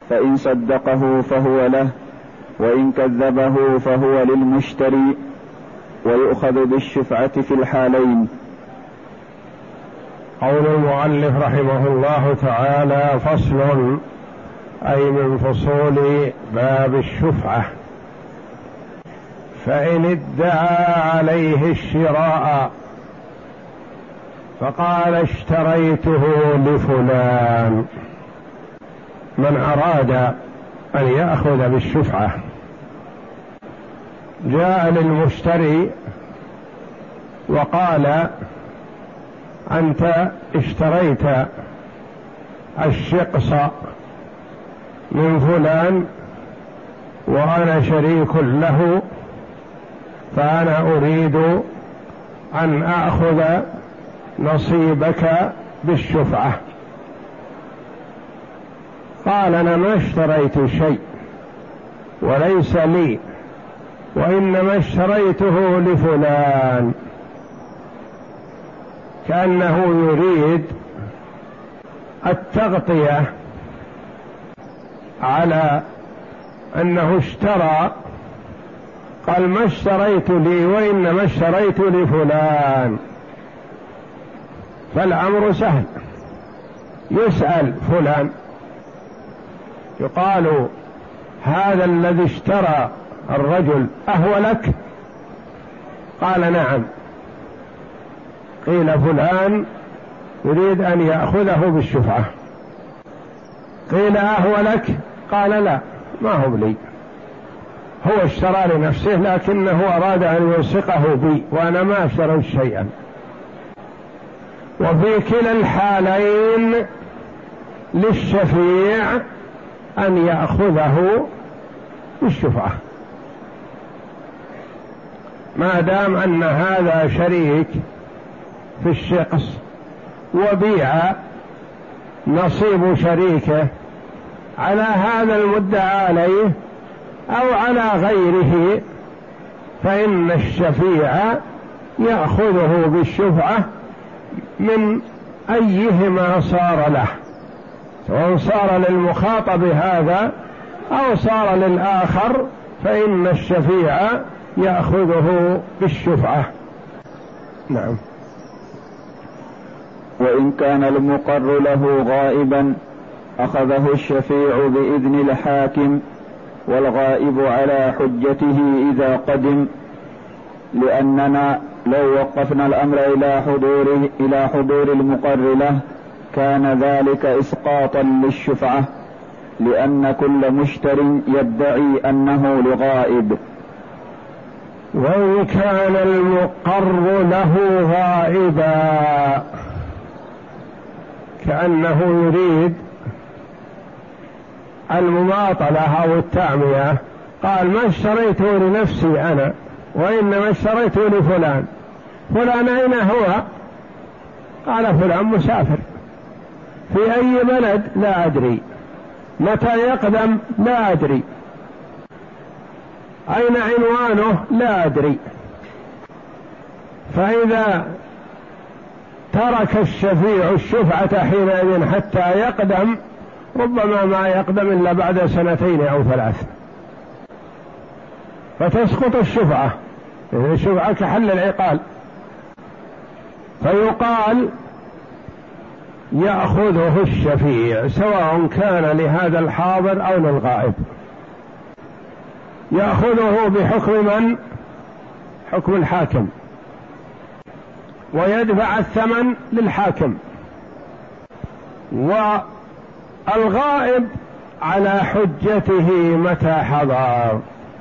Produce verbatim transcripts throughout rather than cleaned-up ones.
فإن صدقه فهو له، وإن كذبه فهو للمشتري، ويؤخذ بالشفعة في الحالين. قول المؤلف رحمه الله تعالى: فصل، أي من فصول باب الشفعة. فإن ادعى عليه الشراء فقال: اشتريته لفلان، من أراد أن يأخذ بالشفعة جاء للمشتري وقال: أنت اشتريت الشقص من فلان وأنا شريك له، فأنا أريد أن أخذ نصيبك بالشفعة. قال: أنا ما اشتريت شيء وليس لي، وإنما اشتريته لفلان، كأنه يريد التغطية على أنه اشترى. قال: ما اشتريت لي وإنما اشتريت لفلان. فالأمر سهل، يسأل فلان، يقال: هذا الذي اشترى الرجل أهو لك؟ قال: نعم. قيل: فلان يريد أن يأخذه بالشفعة. قيل: أهو لك؟ قال: لا، ما هو لي، هو اشترى لنفسه لكنه أراد أن يلصقه بي وأنا ما اشتريت شيئا. وفي كلا الحالين للشفيع أن يأخذه بالشفعة، ما دام أن هذا شريك في الشقص وبيع نصيب شريكه على هذا المدعى عليه أو على غيره، فإن الشفيع يأخذه بالشفعة من أيهما صار له، سواء صار للمخاطب هذا أو صار للآخر، فإن الشفيع يأخذه بالشفعة. نعم. وإن كان المقر له غائبا أخذه الشفيع بإذن الحاكم، والغائب على حجته إذا قدم، لأننا لو وقفنا الأمر إلى حضور إلى حضور المقر له كان ذلك إسقاطا للشفعة، لأن كل مشتر يدعي أنه لغائب. وإن كان المقر له غائبا، كأنه يريد المماطلة أو التعمية، قال: ما اشتريته لنفسي أنا وإنما اشتريته لفلان. فلان أين هو؟ قال: فلان مسافر في أي بلد لا أدري، متى يقدم لا أدري، أين عنوانه لا أدري. فإذا ترك الشفيع الشفعة حينئذ حتى يقدم، ربما ما يقدم إلا بعد سنتين أو ثلاث، فتسقط الشفعة، الشفعة كحل العقال. فيقال: يأخذه الشفيع سواء كان لهذا الحاضر أو للغائب. يأخذه بحكم من؟ حكم الحاكم، ويدفع الثمن للحاكم. والغائب على حجته متى حضر،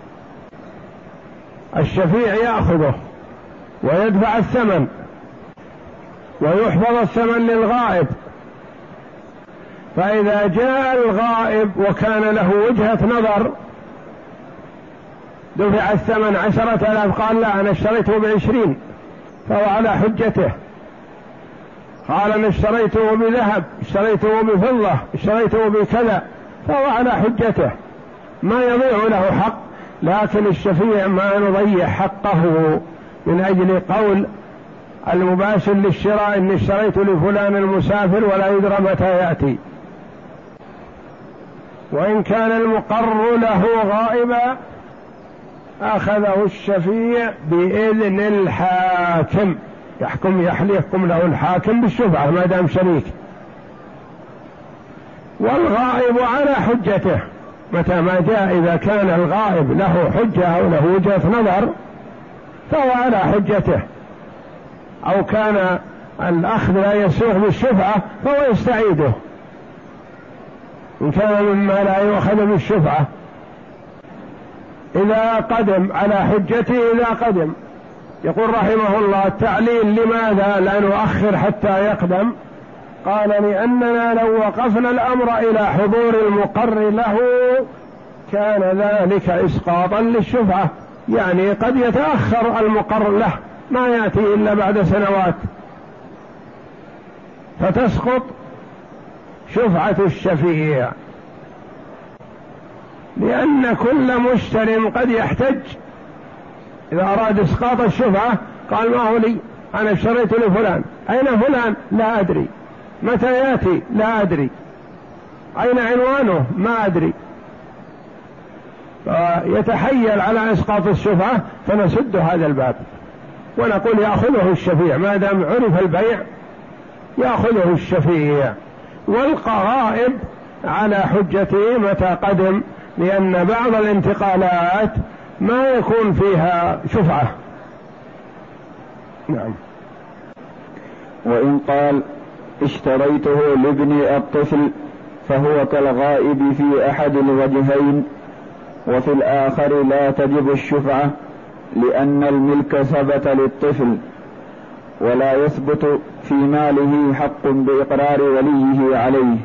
الشفيع يأخذه ويدفع الثمن ويحفظ الثمن للغائب. فإذا جاء الغائب وكان له وجهة نظر، دفع الثمن عشرة آلاف، قال: لا، أنا اشتريته بعشرين، فهو على حجته. قال: أنا اشتريته بذهب، اشتريته بفضة، اشتريته بكذا، فهو على حجته، ما يضيع له حق. لكن الشفيع ما نضيع حقه من أجل قول المباشر للشراء: إن اشتريت لفلان المسافر ولا يدرى متى يأتي. وإن كان المقر له غائبا أخذه الشفيع بإذن الحاكم، يحكم يحكم له الحاكم بالشفعة ما دام شريك. والغائب على حجته، متى ما جاء إذا كان الغائب له حجة أو له وجهة نظر فهو على حجته، أو كان الأخذ لا يسوغ بالشفعة فهو يستعيده إن كان مما لا يؤخذ بالشفعة. إذا قدم على حجته، إذا قدم يقول رحمه الله التعليل لماذا لا نؤخر حتى يقدم؟ قال لأننا لو وقفنا الأمر إلى حضور المقر له كان ذلك إسقاطا للشفعة، يعني قد يتأخر المقر له ما يأتي إلا بعد سنوات فتسقط شفعة الشفيع، لأن كل مشتر قد يحتج إذا أراد إسقاط الشفعة قال ما هو لي، أنا اشتريت لفلان، أين فلان؟ لا أدري، متى يأتي؟ لا أدري، أين عنوانه؟ ما أدري، فيتحيل على إسقاط الشفعة فنسد هذا الباب ونقول يأخذه الشفيع ما دام عرف البيع، يأخذه الشفيع. والغائب على حجته متى قدم، لأن بعض الانتقالات ما يكون فيها شفعة. نعم. وإن قال اشتريته لابني الطفل فهو كالغائب في أحد الوجهين، وفي الآخر لا تجب الشفعة لأن الملك ثبت للطفل ولا يثبت في ماله حق بإقرار وليه عليه.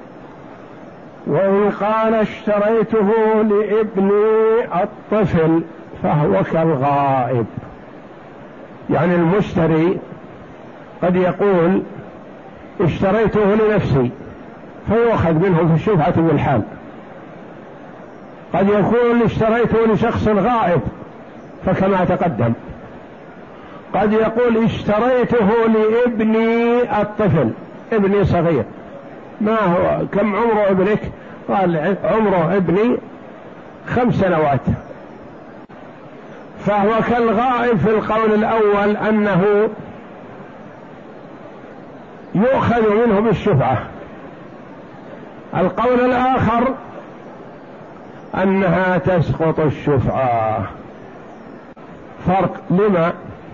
وإن قال اشتريته لابني الطفل فهو كالغائب، يعني المشتري قد يقول اشتريته لنفسي فيؤخذ منه في الشفعة بالحال، قد يكون اشتريته لشخص غائب فكما تقدم، قد يقول اشتريته لابني الطفل، ابني صغير، ما هو كم عمر ابنك؟ قال عمره ابني خمس سنوات، فهو كالغائب في القول الأول أنه يؤخذ منه بالشفعة. القول الآخر أنها تسقط الشفعة. فرق، لما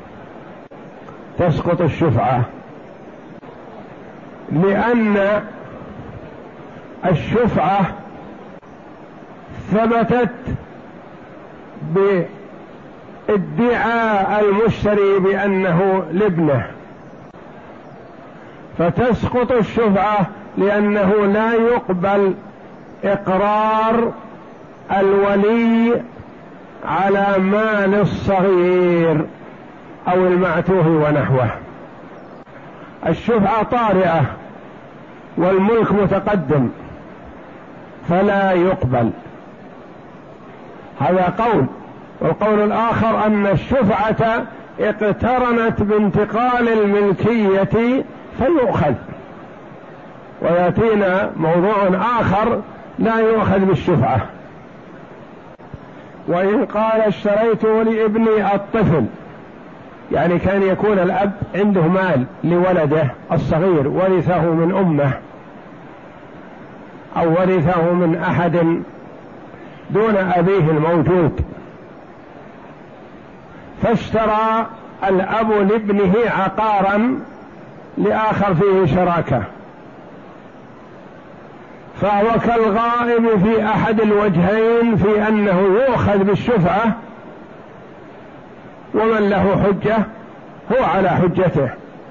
تسقط الشفعة؟ لأن الشفعة ثبتت بادعاء المشتري بأنه لابنه، فتسقط الشفعة لأنه لا يقبل إقرار الولي على مال الصغير أو المعتوه ونحوه. الشفعة طارئة والملك متقدم فلا يقبل، هذا قول. والقول الآخر أن الشفعة اقترنت بانتقال الملكية فيؤخذ، ويأتينا موضوع آخر لا يؤخذ بالشفعة. وإن قال اشتريته لابني الطفل، يعني كان يكون الأب عنده مال لولده الصغير ورثه من أمه أو ورثه من أحد دون أبيه الموجود، فاشترى الأب لابنه عقارا لآخر فيه شراكة، فهو كالغائب في أحد الوجهين في أنه يؤخذ بالشفعة، ومن له حجة هو على حجته.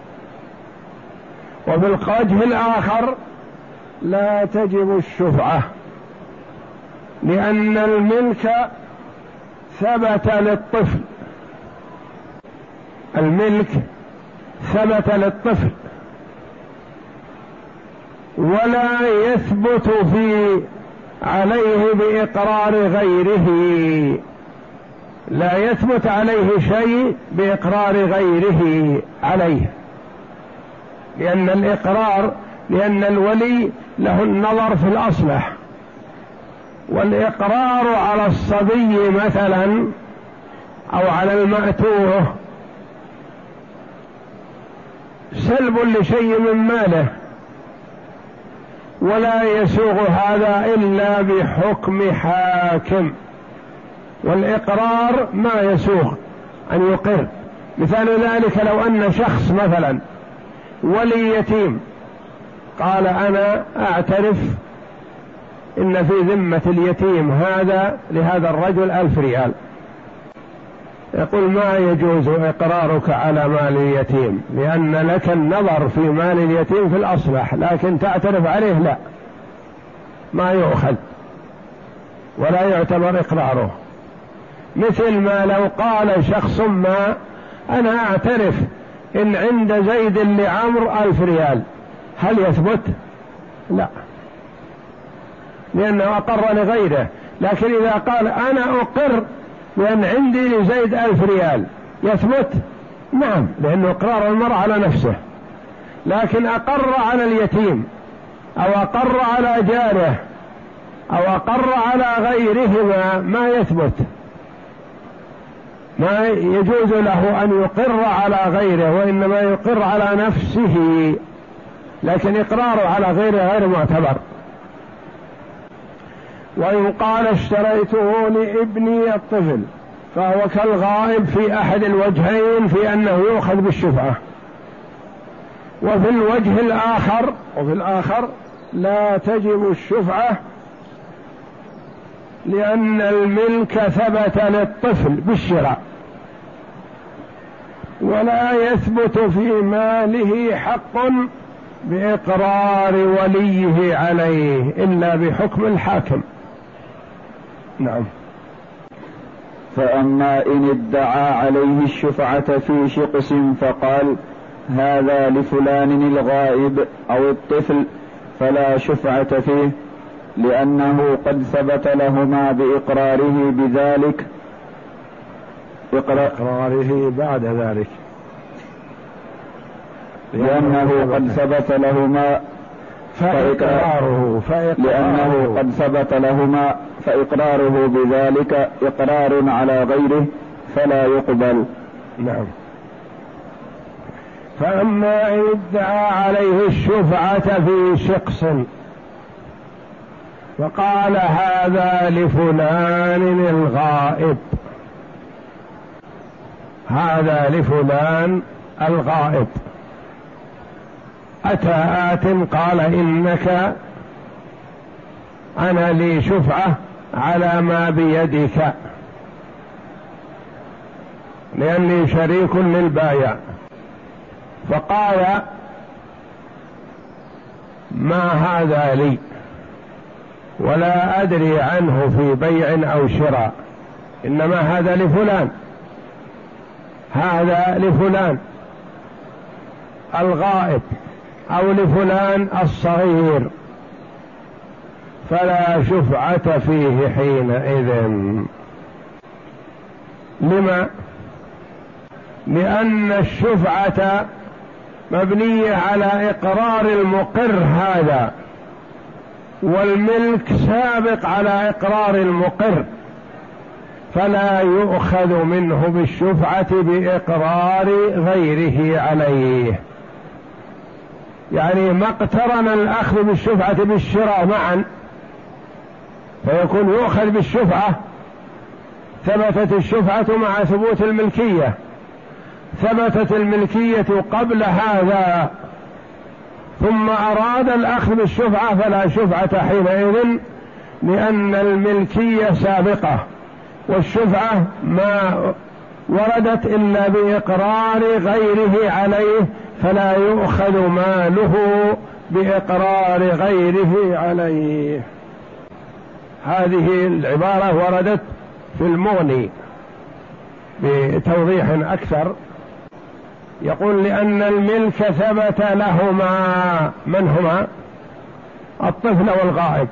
وفي الوجه الآخر لا تجب الشفعة لأن الملك ثبت للطفل، الملك ثبت للطفل ولا يثبت في عليه بإقرار غيره، لا يثبت عليه شيء بإقرار غيره عليه، لأن الإقرار لأن الولي له النظر في الأصلح، والإقرار على الصبي مثلا أو على المأتوه سلب لشيء من ماله، ولا يسوغ هذا إلا بحكم حاكم، والإقرار ما يسوغ أن يقر. مثال ذلك لو أن شخص مثلا ولي يتيم قال أنا أعترف إن في ذمة اليتيم هذا لهذا الرجل ألف ريال، يقول ما يجوز إقرارك على مال اليتيم لأن لك النظر في مال اليتيم في الأصلح، لكن تعترف عليه لا، ما يؤخذ ولا يعتبر إقراره. مثل ما لو قال شخص ما أنا أعترف إن عند زيد لعمر ألف ريال، هل يثبت؟ لا، لأنه أقر لغيره. لكن إذا قال أنا أقر لأن عندي لزيد ألف ريال يثبت؟ نعم، لأنه إقرار المرء على نفسه. لكن أقر على اليتيم أو أقر على جاره أو أقر على غيرهما ما يثبت، ما يجوز له أن يقر على غيره، وإنما يقر على نفسه، لكن إقراره على غيره غير معتبر. وإن قال اشتريته لابني الطفل فهو كالغائب في أحد الوجهين في أنه يؤخذ بالشفعة. وفي الوجه الآخر وفي الآخر لا تجب الشفعة لأن الملك ثبت للطفل بالشراء، ولا يثبت في ماله حق بإقرار وليه عليه إلا بحكم الحاكم. نعم. فأما إن ادعى عليه الشفعة في شقص فقال هذا لفلان الغائب أو الطفل فلا شفعة فيه، لأنه قد ثبت لهما بإقراره بذلك إقراره بعد ذلك، لأنه قد ثبت لهما فإقراره لأنه قد ثبت لهما فإقراره بذلك إقرار على غيره فلا يقبل. نعم. فأما إن ادعى عليه الشفعة في شخص وقال هذا لفلان الغائب، هذا لفلان الغائب، أتى آت قال إنك أنا لي شفعة على ما بيدك لأني شريك للبايع، فقال ما هذا لي ولا أدري عنه في بيع أو شراء، إنما هذا لفلان، هذا لفلان الغائب أو لفلان الصغير، فلا شفعة فيه حينئذ. لما؟ لأن الشفعة مبنية على إقرار المقر هذا، والملك سابق على إقرار المقر، فلا يؤخذ منه بالشفعة بإقرار غيره عليه. يعني ما اقترن الأخذ بالشفعة بالشراء معا فيكون يؤخذ بالشفعة، ثبتت الشفعة مع ثبوت الملكية، ثبتت الملكية قبل هذا ثم أراد الأخذ بالشفعة فلا شفعة حينئذ، لأن الملكية سابقة والشفعة ما وردت إلا بإقرار غيره عليه، فلا يؤخذ ماله بإقرار غيره عليه. هذه العبارة وردت في المغني بتوضيح أكثر، يقول لأن الملك ثبت لهما، من هما؟ الطفل والغائب،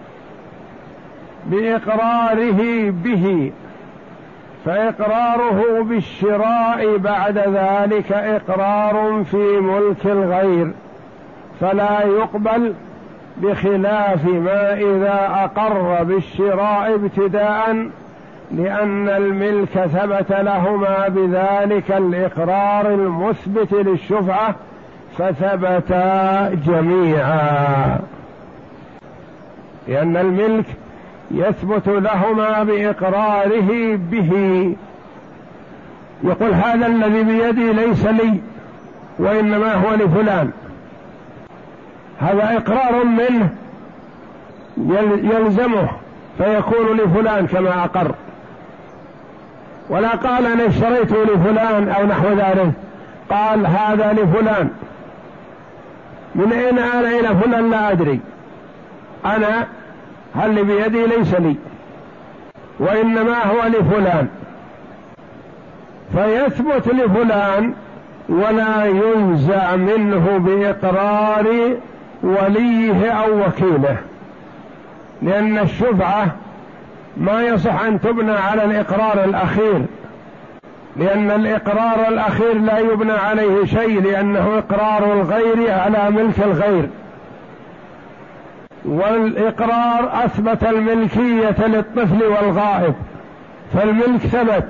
بإقراره به، فإقراره بالشراء بعد ذلك إقرار في ملك الغير، فلا يقبل بخلاف ما إذا أقر بالشراء ابتداء، لأن الملك ثبت لهما بذلك الإقرار المثبت للشفعة فثبتا جميعا، لأن الملك يثبت لهما بإقراره به. يقول هذا الذي بيدي ليس لي وإنما هو لفلان، هذا إقرار منه يلزمه فيكون لفلان كما أقر، ولا قال أنا اشتريته لفلان أو نحو ذلك، قال هذا لفلان. من أين أنا إلى فلان لا أدري، أنا هل بيدي ليس لي وإنما هو لفلان، فيثبت لفلان ولا ينزع منه بإقرار وليه أو وكيله، لأن الشفعة ما يصح أن تبنى على الإقرار الأخير، لأن الإقرار الأخير لا يبنى عليه شيء، لأنه إقرار الغير على ملك الغير، والإقرار أثبت الملكية للطفل والغائب، فالملك ثبت.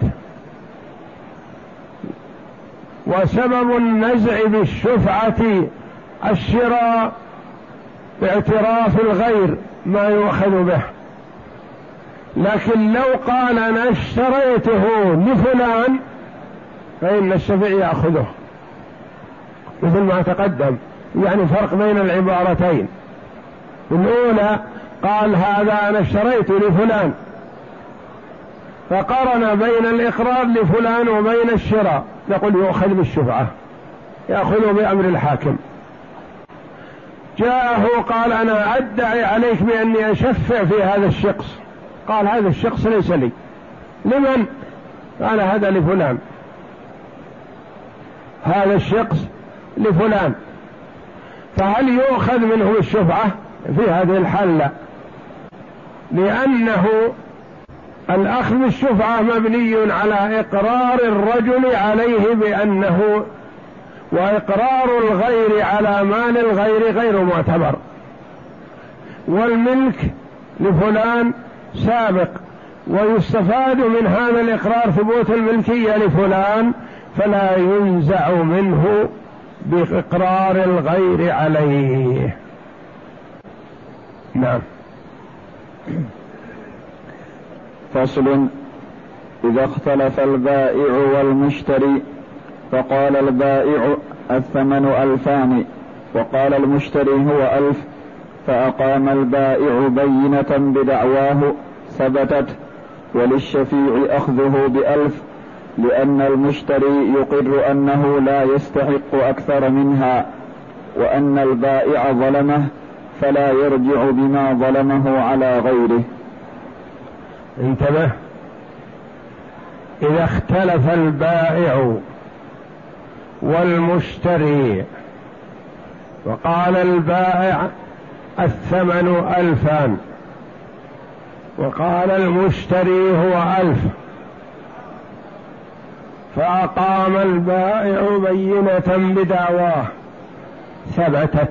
وسبب النزع بالشفعة الشراء باعتراف الغير ما يؤخذ به، لكن لو قال أنا اشتريته لفلان فإن الشفيع يأخذه، مثل ما تقدم. يعني فرق بين العبارتين، الأولى قال هذا أنا اشتريته لفلان، فقارن بين الإقرار لفلان وبين الشراء، نقول يؤخذ بالشفعة، يأخذه بأمر الحاكم. جاءه قال أنا أدعي عليك بأني أشفع في هذا الشخص، قال هذا الشخص ليس لي، لمن؟ قال هذا لفلان، هذا الشخص لفلان، فهل يؤخذ منه الشفعة؟ في هذه الحال لا، لأنه الأخذ بالشفعة مبني على إقرار الرجل عليه بأنه، وإقرار الغير على مال الغير غير معتبر، والملك لفلان سابق، ويستفاد من هذا الإقرار ثبوت الملكية لفلان، فلا ينزع منه بإقرار الغير عليه. نعم. فصل: إذا اختلف البائع والمشتري فقال البائع الثمن ألفان وقال المشتري هو ألف، فأقام البائع بينة بدعواه ثبتت، وللشفيع أخذه بألف، لأن المشتري يقر أنه لا يستحق أكثر منها، وأن البائع ظلمه فلا يرجع بما ظلمه على غيره. انتبه، إذا اختلف البائع والمشتري وقال البائع الثمن ألفان وقال المشتري هو ألف، فأقام البائع بينة بدعواه ثبتت،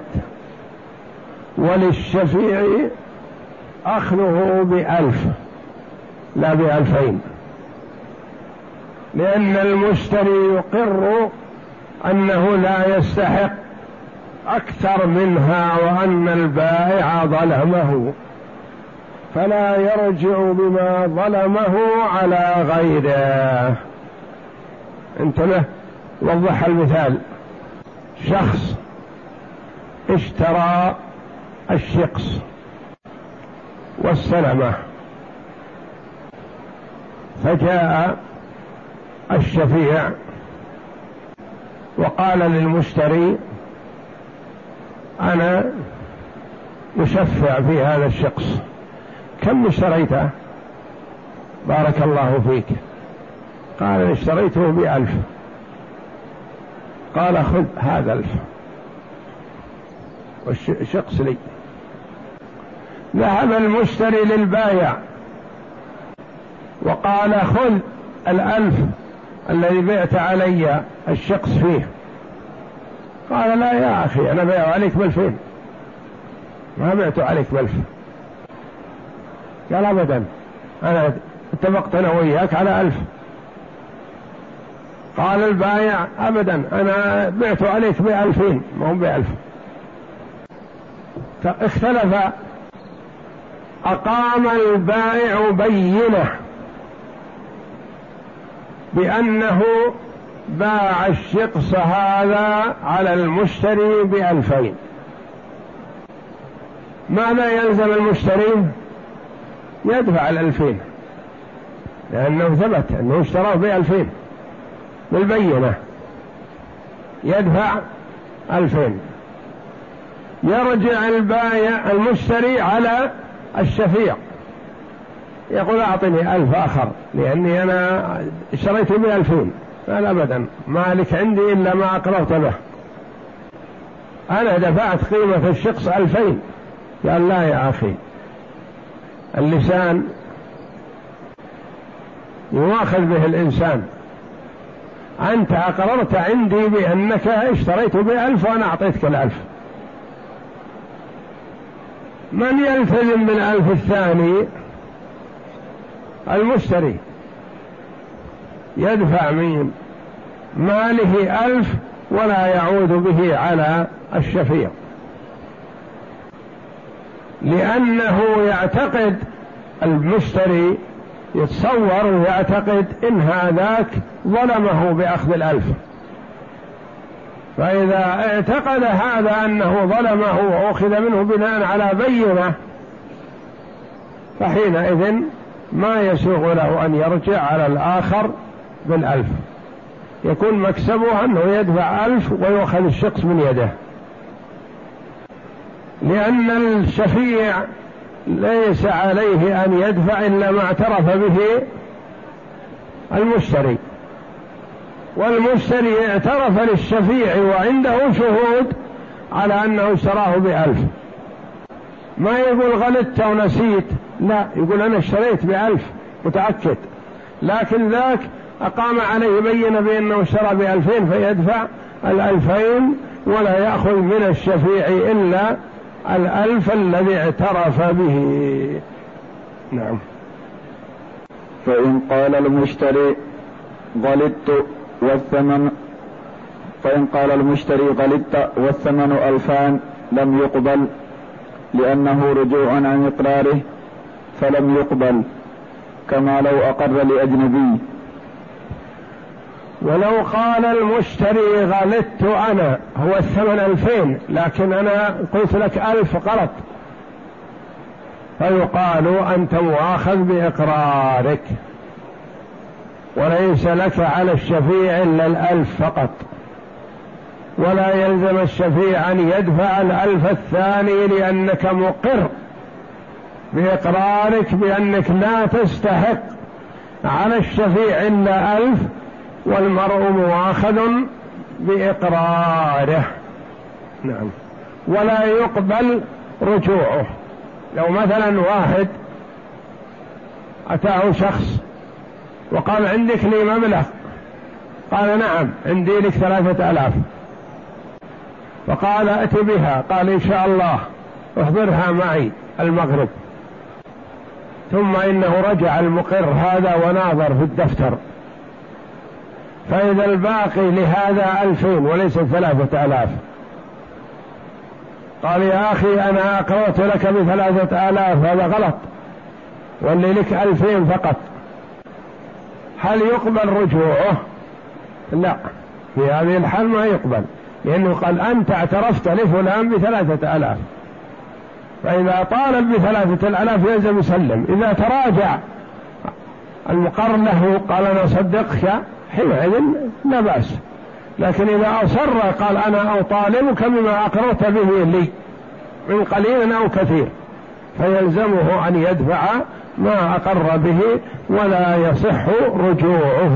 وللشفيع أخذه بألف لا بألفين، لأن المشتري يقر أنه لا يستحق أكثر منها، وأن البائع ظلمه فلا يرجع بما ظلمه على غيره. انتبه، وضح المثال: شخص اشترى الشقص والسلمة، فجاء الشفيع وقال للمشتري أنا أشفع في هذا الشخص، كم اشتريته؟ بارك الله فيك. قال اشتريته بألف. قال خذ هذا ألف والشخص لي. ذهب المشتري للبائع وقال خذ الألف الذي بعت علي الشخص فيه. قال لا يا أخي أنا بيع عليك بألفين. ما بعته عليك بألف. قال أبدا أنا اتفقت أنا وياك على ألف. قال البائع أبدا أنا بعته عليك بألفين ما هم بألف. اختلف. أقام البائع بينة بأنه باع الشقص هذا على المشتري بألفين. ماذا يلزم المشتري؟ يدفع الألفين، لأنه ثبت أنه اشتراه بألفين بالبينة، يدفع ألفين. يرجع البائع المشتري على الشفيع يقول أعطني ألف آخر لأني أنا اشتريته بألفين. قال أبدا مالك عندي إلا ما أقررت به، أنا دفعت قيمة الشخص ألفين. قال لا يا أخي، اللسان يؤاخذ به الإنسان، أنت أقررت عندي بأنك اشتريته بألف وأنا أعطيتك الألف. من يلتزم بالألف الثاني؟ المشتري، يدفع من ماله ألف ولا يعود به على الشفيع، لأنه يعتقد المشتري يتصور ويعتقد إن هذاك ظلمه بأخذ الألف. فإذا اعتقد هذا أنه ظلمه وأخذ منه بناء على بينة، فحينئذ ما يسوغ له أن يرجع على الآخر بالألف، يكون مكسبه أنه يدفع ألف ويأخذ الشخص من يده، لأن الشفيع ليس عليه أن يدفع إلا ما اعترف به المشتري، والمشتري اعترف للشفيع وعنده شهود على أنه اشتراه بألف. ما يقول غلطت ونسيت، لا، يقول أنا اشتريت بألف متأكد، لكن ذاك أقام عليه بينة بأنه اشترى بألفين فيدفع الألفين ولا يأخذ من الشفيع إلا الألف الذي اعترف به. نعم. فإن قال المشتري غلطت والثمن فإن قال المشتري غلطت والثمن ألفان لم يقبل لأنه رجوع عن إقراره فلم يقبل كما لو أقر لأجنبي. ولو قال المشتري غلطت أنا هو الثمن ألفين لكن أنا قلت لك ألف غلط، فيقال أنت مؤاخذ بإقرارك وليس لك على الشفيع إلا الألف فقط، ولا يلزم الشفيع أن يدفع الألف الثاني لأنك مقر بإقرارك بأنك لا تستحق على الشفيع إلا ألف، والمرء مؤاخذ بإقراره. نعم. ولا يقبل رجوعه. لو مثلا واحد أتاه شخص وقال عندك لي مبلغ، قال نعم عندي لك ثلاثة آلاف، فقال أتي بها، قال إن شاء الله احضرها معي المغرب، ثم إنه رجع المقر هذا وناظر في الدفتر فإذا الباقي لهذا ألفين وليس ثلاثة آلاف، قال يا أخي أنا أقررت لك بثلاثة آلاف هذا غلط واللي لك ألفين فقط، هل يقبل رجوعه؟ لا، في هذه الحال ما يقبل، لأنه قال أنت اعترفت لفلان بثلاثة آلاف، فإذا طالب بثلاثة الآلاف يلزم يسلم. إذا تراجع المقر له قال أنا صدقك حينئذ لا بأس، لكن إذا أصر قال أنا أطالبك بما أقررت به لي من قليل أو كثير فيلزمه أن يدفع ما أقر به ولا يصح رجوعه.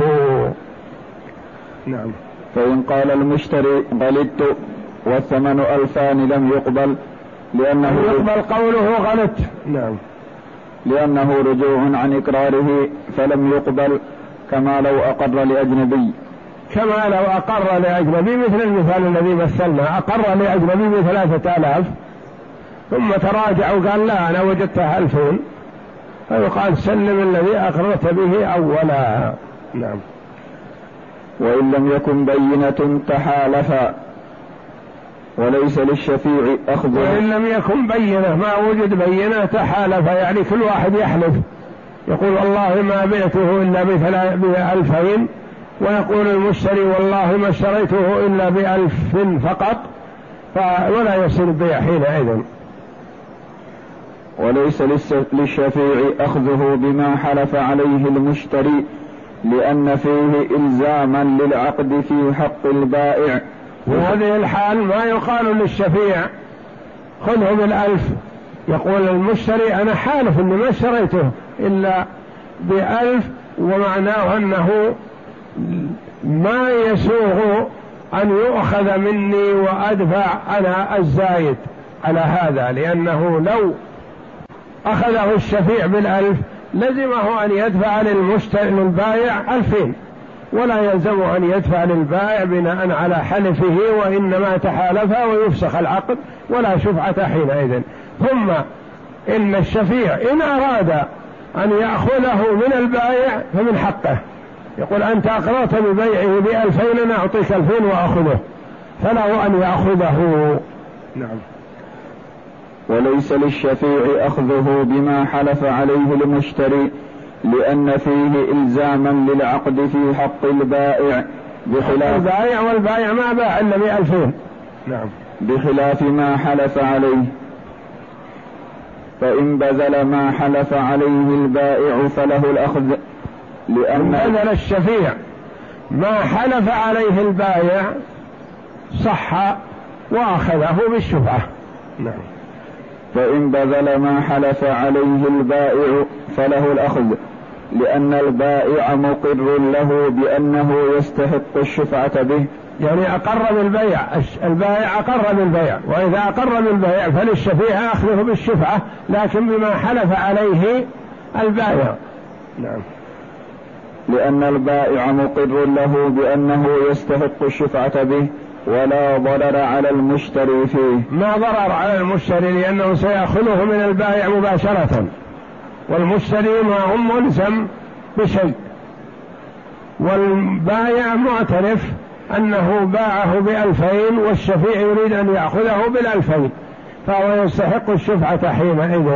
نعم. فإن قال المشتري غلطت والثمن ألفان لم يقبل لأنه يقبل قوله غلط. نعم. لأنه رجوع عن إقراره فلم يقبل كما لو أقر لأجنبي. كما لو أقر لأجنبي، مثل المثال الذي مثلنا، أقر لأجنبي بثلاثة آلاف ثم تراجع وقال لا أنا وجدتها ألفين، فيقال سلم الذي أقررت به أولا. نعم. وإن لم يكن بينة تحالفا وليس للشفيع أخذ. وإن لم يكن بينة، ما وجد بينة تحالف، يعني كل واحد يحلف يقول والله ما بعته إلا بألفين، ويقول المشتري والله ما اشتريته إلا بألف فقط، ولا يصير البيع حينئذ. وليس للشفيع أخذه بما حلف عليه المشتري لأن فيه إلزاما للعقد في حق البائع. في هذه الحال ما يقال للشفيع خذه بالألف، يقول المشتري أنا حالف أني ما اشتريته إلا بألف، ومعناه أنه ما يسوغ أن يؤخذ مني وأدفع أنا الزايد على هذا، لأنه لو أخذه الشفيع بالألف لزمه أن يدفع للمشتري للبائع ألفين، ولا يلزم أن يدفع للبائع بناء على حلفه، وإنما تحالف ويفسخ العقد ولا شفعة حينئذ. ثم إن الشفيع إن أراد أن يأخذه من البائع فمن حقه، يقول أنت أقررت ببيعه بألفين أنا أعطيك ألفين وأخذه، فله أن يأخذه. نعم. وليس للشفيع أخذه بما حلف عليه المشتري لأن فيه إلزاما للعقد في حق البائع بخلاف البائع، والبائع ما باع إلا بألفين. نعم. بخلاف ما حلف عليه، فإن بذل ما حلف عليه البائع فله الأخذ، لأن بذل الشفيع ما حلف عليه البائع صح وأخذه بالشفعة. نعم. فإن بذل ما حلف عليه البائع فله الأخذ، لأن البائع مقر له بأنه يستحق الشفعة به، يعني أقر بالبيع، البائع أقر بالبيع، وإذا أقر بالبيع فللشفيع أخذه بالشفعة لكن بما حلف عليه البائع. نعم. لأن البائع مقر له بأنه يستحق الشفعة به ولا ضرر على المشتري فيه. ما ضرر على المشتري لأنه سيأخذه من البائع مباشرة، والمشتري ما هم ملزم بشيء، والبائع معترف أنه باعه بألفين والشفيع يريد أن يأخذه بالألفين، فهو يستحق الشفعة حينئذ.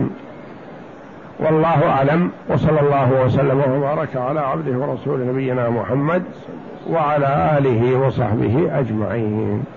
والله أعلم، وصلى الله وسلم وبارك على عبده ورسوله نبينا محمد وعلى آله وصحبه أجمعين.